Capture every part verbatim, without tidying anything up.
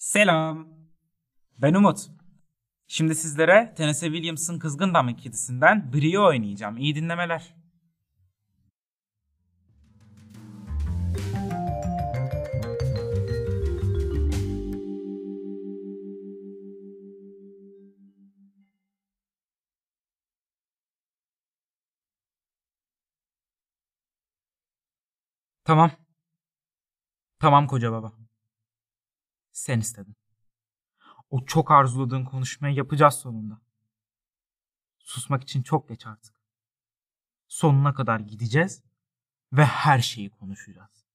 Selam. Ben Umut. Şimdi sizlere Tennessee Williams'ın Kızgın Damla Kedisi'nden Brio oynayacağım. İyi dinlemeler. Tamam. Tamam koca baba. Sen istedin. O çok arzuladığın konuşmayı yapacağız sonunda. Susmak için çok geç artık. Sonuna kadar gideceğiz ve her şeyi konuşacağız.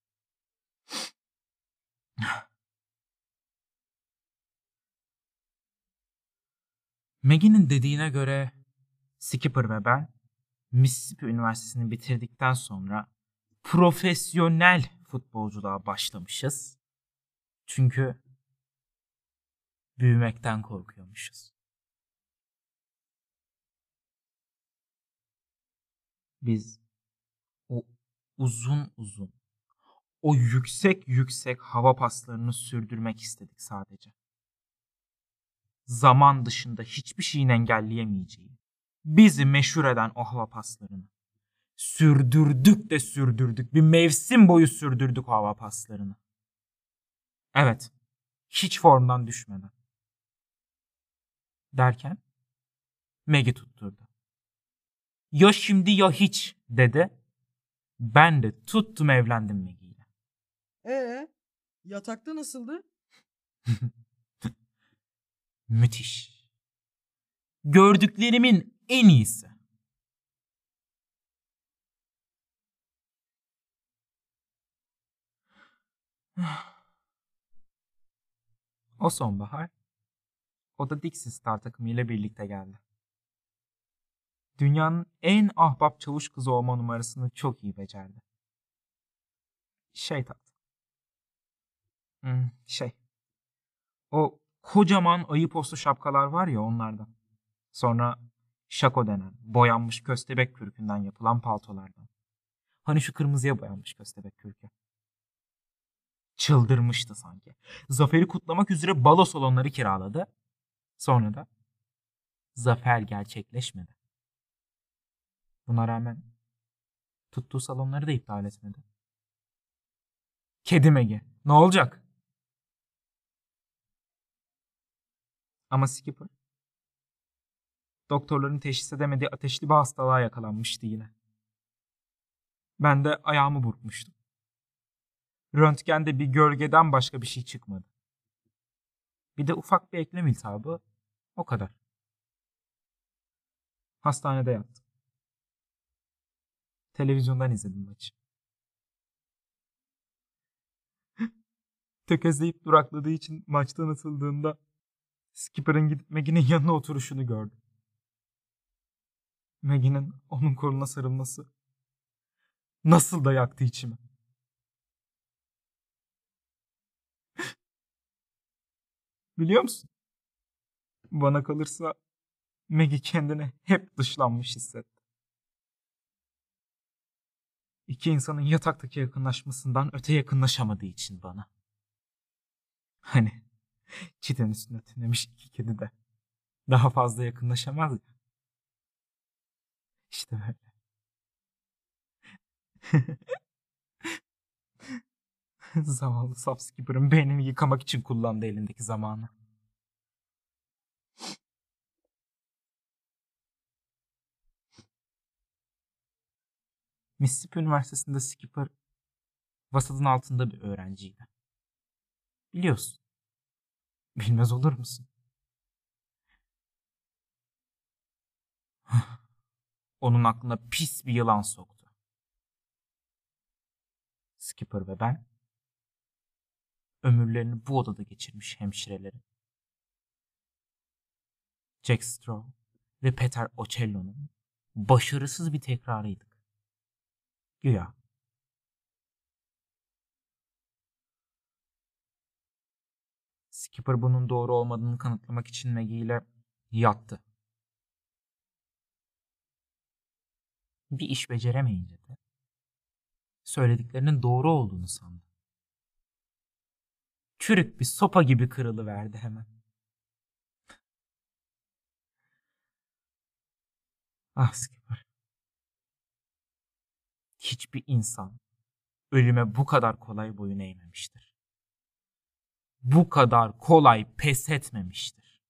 Maggie'nin dediğine göre Skipper ve ben Mississippi Üniversitesi'ni bitirdikten sonra profesyonel futbolculuğa başlamışız. Çünkü büyümekten korkuyormuşuz. Biz o uzun uzun, o yüksek yüksek hava paslarını sürdürmek istedik sadece. Zaman dışında hiçbir şeyin engelleyemeyeceği, bizi meşhur eden o hava paslarını. Sürdürdük de sürdürdük. Bir mevsim boyu sürdürdük o hava paslarını. Evet, hiç formdan düşmeden. Derken Maggie tutturdu. Ya şimdi ya hiç dedi. Ben de tuttum evlendim Maggie'yle. Ee, yatakta nasıldı? Müthiş. Gördüklerimin en iyisi. O sonbahar, o da Dixie Star takımıyla birlikte geldi. Dünyanın en ahbap çavuş kızı olma numarasını çok iyi becerdi. Şey tat. Hmm, şey. O kocaman ayı postu şapkalar var ya onlardan. Sonra şako denen, boyanmış köstebek kürkünden yapılan paltolardan. Hani şu kırmızıya boyanmış köstebek kürkü. Çıldırmıştı sanki. Zaferi kutlamak üzere balo salonları kiraladı. Sonra da zafer gerçekleşmedi. Buna rağmen tuttuğu salonları da iptal etmedi. Kedi Megi. Ne olacak? Ama Skipper doktorların teşhis edemediği ateşli bir hastalığa yakalanmıştı yine. Ben de ayağımı burkmuştum. Röntgende bir gölgeden başka bir şey çıkmadı. Bir de ufak bir eklem iltihabı, o kadar. Hastanede yattım. Televizyondan izledim maçı. Tökezleyip durakladığı için maçtan atıldığında Skipper'ın gidip Maggie'nin yanına oturuşunu gördüm. Maggie'nin onun koluna sarılması nasıl da yaktı içimi. Biliyor musun? Bana kalırsa Maggie kendini hep dışlanmış hissetti. İki insanın yataktaki yakınlaşmasından öte yakınlaşamadığı için bana. Hani çitenin üstüne tünemiş iki kedi de daha fazla yakınlaşamaz ya. İşte böyle. Zavallı saf Skipper'ın beynini yıkamak için kullandı elindeki zamanı. Mississippi Üniversitesi'nde Skipper vasatın altında bir öğrenciydi. Biliyorsun. Bilmez olur musun? Onun aklına pis bir yılan soktu. Skipper ve ben ömürlerini bu odada geçirmiş hemşirelerin. Jack Straw ve Peter Ocello'nun başarısız bir tekrarıydık. Güya. Skipper bunun doğru olmadığını kanıtlamak için Maggie ile yattı. Bir iş beceremeyince de söylediklerinin doğru olduğunu sandı. Çürük bir sopa gibi kırılıverdi hemen. Ah Skipper. Hiçbir insan ölüme bu kadar kolay boyun eğmemiştir. Bu kadar kolay pes etmemiştir.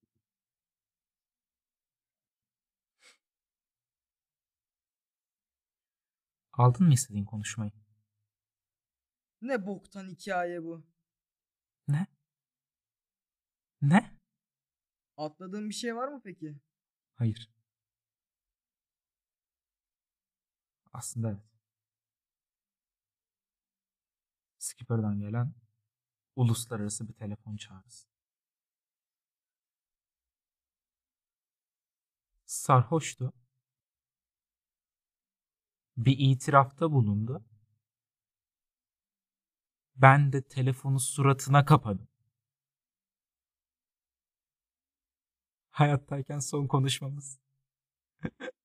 Aldın mı istediğin konuşmayı? Ne boktan hikaye bu. Ne? Ne? Atladığın bir şey var mı peki? Hayır. Aslında evet. Skipper'dan gelen uluslararası bir telefon çağrısı. Sarhoştu. Bir itirafta bulundu. Ben de telefonu suratına kapadım. Hayattayken son konuşmamız.